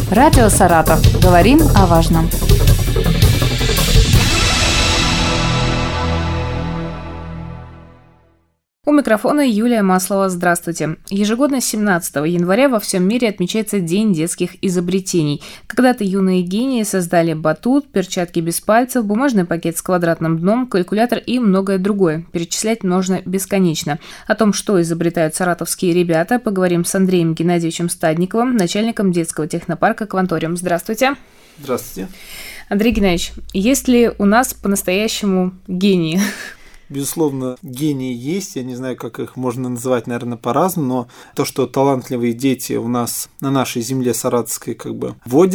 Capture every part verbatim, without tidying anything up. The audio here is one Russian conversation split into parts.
Радио Саратов. Говорим о важном. У микрофона Юлия Маслова. Здравствуйте. Ежегодно семнадцатого января во всем мире отмечается День детских изобретений. Когда-то юные гении создали батут, перчатки без пальцев, бумажный пакет с квадратным дном, калькулятор и многое другое. Перечислять можно бесконечно. О том, что изобретают саратовские ребята, поговорим с Андреем Геннадьевичем Стадниковым, начальником детского технопарка «Кванториум». Здравствуйте. Здравствуйте. Андрей Геннадьевич, есть ли у нас по-настоящему гении? Безусловно, гении есть, я не знаю, как их можно называть, наверное, по-разному, но то, что талантливые дети у нас на нашей земле саратовской как бы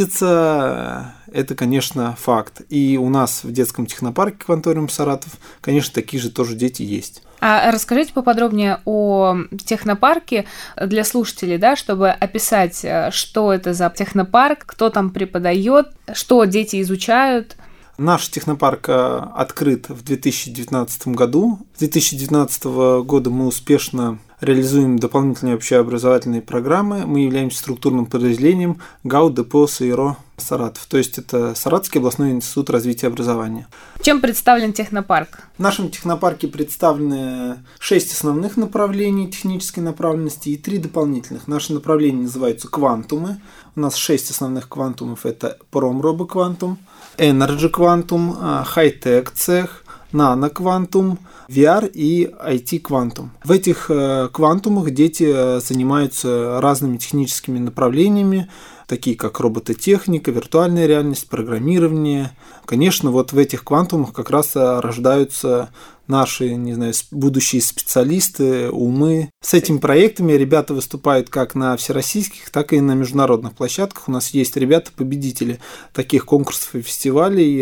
водятся, это, конечно, факт. И у нас в детском технопарке «Кванториум Саратов», конечно, такие же тоже дети есть. А расскажите поподробнее о технопарке для слушателей, да, чтобы описать, что это за технопарк, кто там преподает, что дети изучают. Наш технопарк открыт в две тысячи девятнадцатом году. С две тысячи девятнадцатого года мы успешно реализуем дополнительные общеобразовательные программы. Мы являемся структурным подразделением ГАУ ДПО САИРО Саратов. То есть это Саратовский областной институт развития образования. Чем представлен технопарк? В нашем технопарке представлены шесть основных направлений технической направленности и три дополнительных. Наши направления называются квантумы. У нас шесть основных квантумов. Это промробоквантум, Energy Quantum, High-Tech цех, Nano Quantum, ви ар и ай ти Quantum. В этих квантумах дети занимаются разными техническими направлениями, такие как робототехника, виртуальная реальность, программирование. Конечно, вот в этих квантумах как раз рождаются наши, не знаю, будущие специалисты, умы. С этими проектами ребята выступают как на всероссийских, так и на международных площадках. У нас есть ребята-победители таких конкурсов и фестивалей,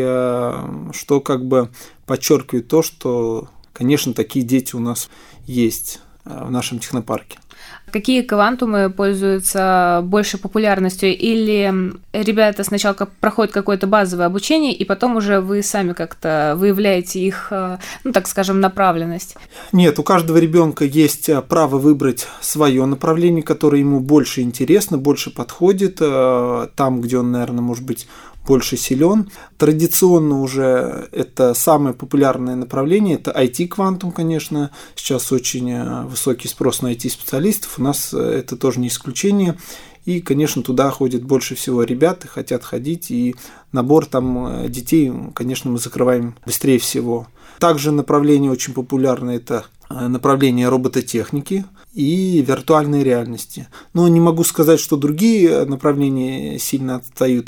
что как бы подчеркивает то, что, конечно, такие дети у нас есть в нашем технопарке. Какие квантумы пользуются большей популярностью? Или ребята сначала проходят какое-то базовое обучение, и потом уже вы сами как-то выявляете их, ну так скажем, направленность? Нет, у каждого ребенка есть право выбрать свое направление, которое ему больше интересно, больше подходит, там, где он, наверное, может быть больше силен. Традиционно уже это самое популярное направление, это ай ти Quantum, конечно. Сейчас очень высокий спрос на ай ти-специалистов, у нас это тоже не исключение. И, конечно, туда ходит больше всего ребят, и хотят ходить, и набор там детей, конечно, мы закрываем быстрее всего. Также направление очень популярное – это направление робототехники и виртуальной реальности. Но не могу сказать, что другие направления сильно отстают,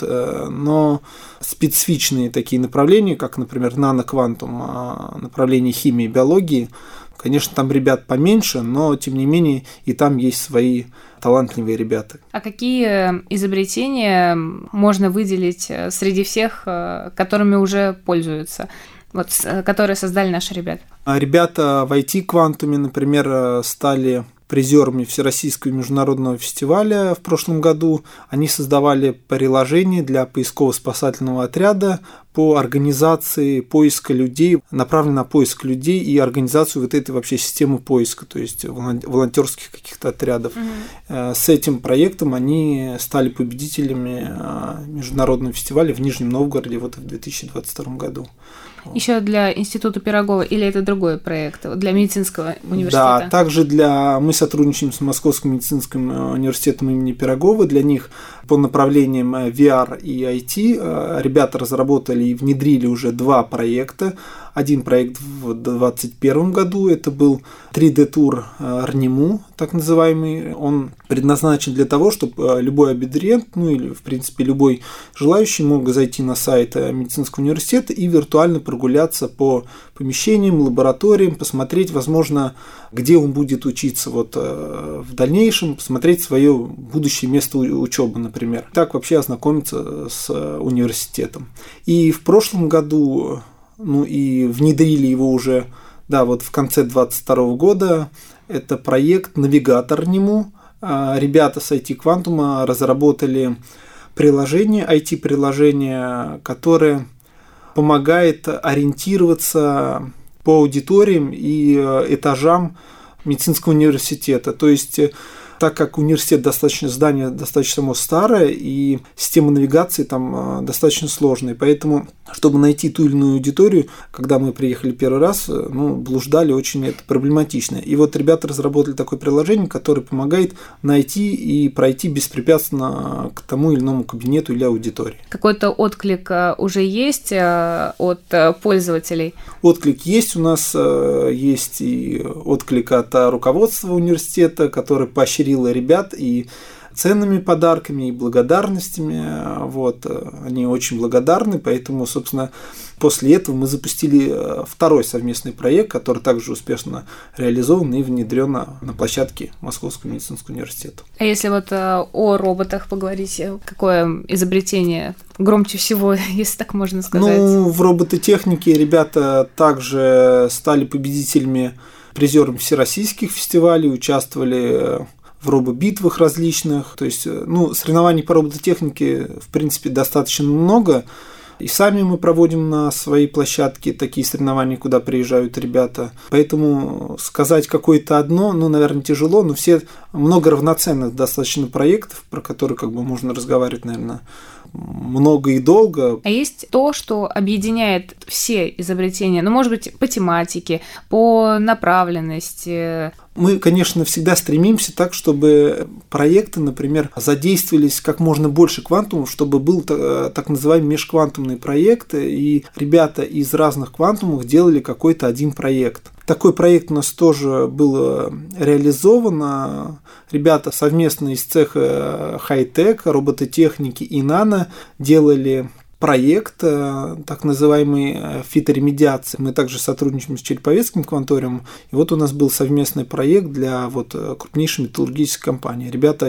но специфичные такие направления, как, например, нано-квантум, направление химии и биологии, конечно, там ребят поменьше, но, тем не менее, и там есть свои талантливые ребята. А какие изобретения можно выделить среди всех, которыми уже пользуются? Вот, которые создали наши ребята. Ребята в ай ти Quantum, например, стали призерами Всероссийского международного фестиваля в прошлом году. Они создавали приложение для поисково-спасательного отряда по организации поиска людей, направлено на поиск людей и организацию вот этой вообще системы поиска, то есть волонтерских каких-то отрядов. Mm-hmm. С этим проектом они стали победителями международного фестиваля в Нижнем Новгороде вот в две тысячи двадцать втором году. Еще для Института Пирогова или это другой проект, для медицинского университета? Да, также для... мы сотрудничаем с Московским медицинским университетом имени Пирогова. Для них по направлениям ви ар и ай ти ребята разработали и внедрили уже два проекта. Один проект в две тысячи двадцать первом году, это был три дэ-тур РНИМУ, так называемый. Он предназначен для того, чтобы любой абитуриент, ну или, в принципе, любой желающий мог зайти на сайт медицинского университета и виртуально прогуляться по помещениям, лабораториям, посмотреть, возможно, где он будет учиться вот в дальнейшем, посмотреть свое будущее место учебы, например. Так вообще ознакомиться с университетом. И в прошлом году... Ну и внедрили его уже, да, вот в конце две тысячи двадцать второго года. Это проект «Навигатор РНИМУ». Ребята с ай ти Quantum разработали приложение, ай ти-приложение, которое помогает ориентироваться по аудиториям и этажам медицинского университета. То есть так как университет достаточно, здание достаточно само старое, и система навигации там достаточно сложная, поэтому, чтобы найти ту или иную аудиторию, когда мы приехали первый раз, ну, блуждали очень, это проблематично. И вот ребята разработали такое приложение, которое помогает найти и пройти беспрепятственно к тому или иному кабинету или аудитории. Какой-то отклик уже есть от пользователей? Отклик есть. У нас есть и отклик от руководства университета, которое поощрило ребят и ценными подарками и благодарностями. Вот. Они очень благодарны, поэтому, собственно, после этого мы запустили второй совместный проект, который также успешно реализован и внедрен на площадке Московского медицинского университета. А если вот о роботах поговорить, какое изобретение громче всего, если так можно сказать? Ну, в робототехнике ребята также стали победителями, призерами всероссийских фестивалей, участвовали в робобитвах различных. То есть, ну, соревнований по робототехнике, в принципе, достаточно много. И сами мы проводим на своей площадке такие соревнования, куда приезжают ребята. Поэтому сказать какое-то одно, ну, наверное, тяжело, но все много равноценных достаточно проектов, про которые как бы можно разговаривать, наверное, много и долго. А есть то, что объединяет все изобретения, ну, может быть, по тематике, по направленности? Мы, конечно, всегда стремимся так, чтобы проекты, например, задействовались как можно больше квантумов, чтобы был так называемый межквантумный проект, и ребята из разных квантумов делали какой-то один проект. Такой проект у нас тоже был реализован. Ребята совместно из цеха хай-тек, робототехники и нано делали проект, так называемый фиторемедиации. Мы также сотрудничаем с Череповецким кванториумом, и вот у нас был совместный проект для вот крупнейшей металлургической компании. Ребята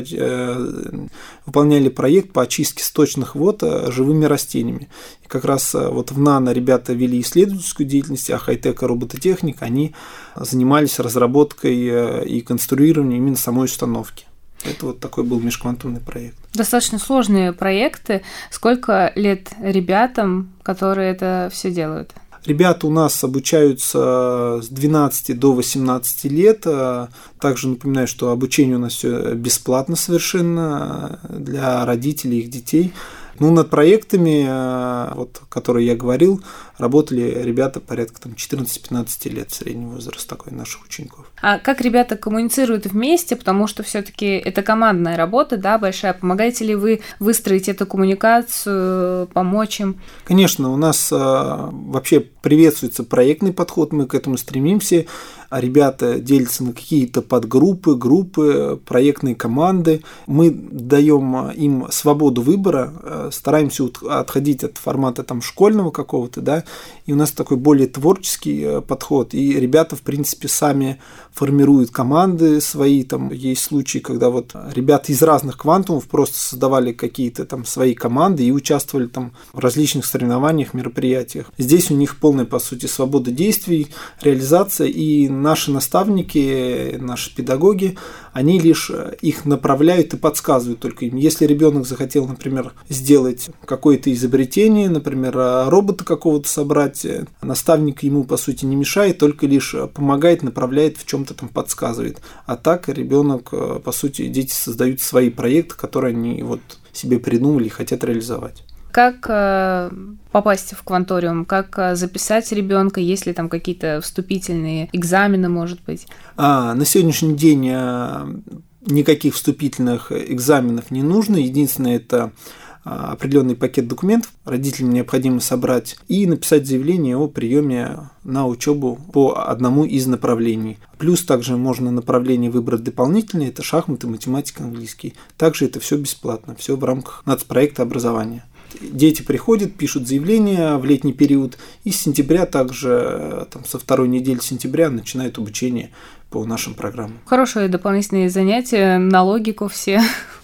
э, выполняли проект по очистке сточных вод живыми растениями. И как раз вот в нано ребята вели исследовательскую деятельность, а хай-тек и робототехника, они занимались разработкой и конструированием именно самой установки. Это вот такой был межквантумный проект. Достаточно сложные проекты. Сколько лет ребятам, которые это все делают? Ребята у нас обучаются с двенадцати до восемнадцати лет. Также напоминаю, что обучение у нас все бесплатно совершенно для родителей и их детей. Ну, над проектами, вот, которые я говорил, работали ребята порядка там, четырнадцати-пятнадцати лет, средний возраст такой наших учеников. А как ребята коммуницируют вместе, потому что все-таки это командная работа, да, большая. Помогаете ли вы выстроить эту коммуникацию, помочь им? Конечно, у нас а, вообще приветствуется проектный подход, мы к этому стремимся. А ребята делятся на какие-то подгруппы, группы, проектные команды. Мы даем им свободу выбора, стараемся отходить от формата там, школьного какого-то, да, и у нас такой более творческий подход. И ребята, в принципе, сами формируют команды свои. Там есть случаи, когда вот ребята из разных квантумов просто создавали какие-то там свои команды и участвовали там в различных соревнованиях, мероприятиях. Здесь у них полная, по сути, свобода действий, реализация, и наши наставники, наши педагоги, они лишь их направляют и подсказывают только им. Если ребенок захотел, например, сделать какое-то изобретение, например, робота какого-то собрать, наставник ему, по сути, не мешает, только лишь помогает, направляет, в чем-то там подсказывает. А так ребенок, по сути, дети создают свои проекты, которые они вот себе придумали и хотят реализовать. Как э, попасть в кванториум? Как э, записать ребенка? Есть ли там какие-то вступительные экзамены, может быть? А, на сегодняшний день а, никаких вступительных экзаменов не нужно. Единственное, это а, определенный пакет документов родителям необходимо собрать и написать заявление о приеме на учебу по одному из направлений. Плюс также можно направление выбрать дополнительное, это шахматы, математика, английский. Также это все бесплатно, все в рамках нацпроекта образования. Дети приходят, пишут заявление в летний период, и с сентября также, там, со второй недели сентября начинают обучение по нашим программам. Хорошие дополнительные занятия, на логику все.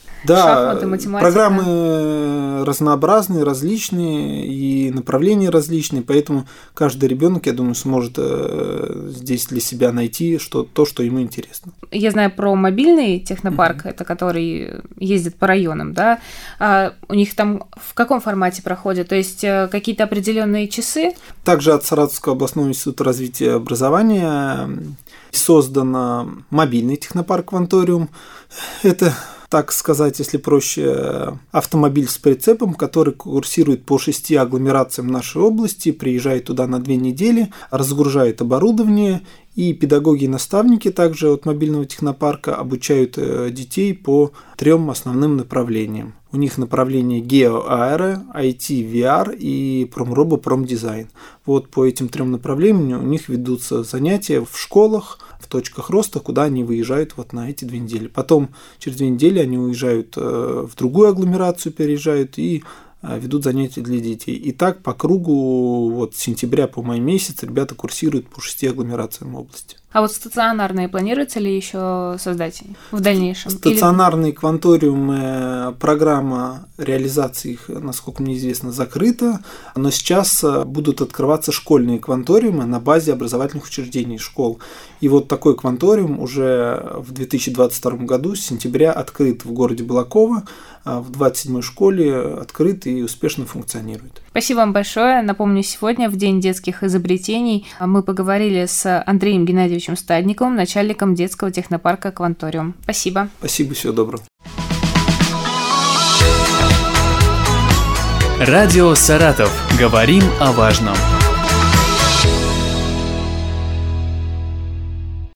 Да, шахматы, математика. Программы разнообразные, различные, и направления различные, поэтому каждый ребенок, я думаю, сможет здесь для себя найти что, то, что ему интересно. Я знаю про мобильный технопарк, mm-hmm. это который ездит по районам, да, а у них там в каком формате проходит? То есть какие-то определенные часы? Также от Саратовского областного института развития и образования Создан мобильный технопарк «Кванториум». Это, так сказать, если проще, автомобиль с прицепом, который курсирует по шести агломерациям нашей области, приезжает туда на две недели, разгружает оборудование, и педагоги и наставники также от мобильного технопарка обучают детей по трем основным направлениям. У них направление гео-аэро, ай ти, ви ар и промробо, промдизайн. Вот по этим трем направлениям у них ведутся занятия в школах, в точках роста, куда они выезжают вот на эти две недели. Потом через две недели они уезжают в другую агломерацию, переезжают и ведут занятия для детей. И так по кругу вот с сентября по май месяц ребята курсируют по шести агломерациям области. А вот стационарные планируется ли еще создать в дальнейшем? Стационарные Или... кванториумы, программа реализации их, насколько мне известно, закрыта, но сейчас будут открываться школьные кванториумы на базе образовательных учреждений школ. И вот такой кванториум уже в две тысячи двадцать втором году с сентября открыт в городе Балаково, в двадцать седьмой школе открыт и успешно функционирует. Спасибо вам большое. Напомню, сегодня в День детских изобретений мы поговорили с Андреем Геннадьевичем Стадниковым, начальником детского технопарка «Кванториум». Спасибо. Спасибо, всего доброго. Радио «Саратов». Говорим о важном.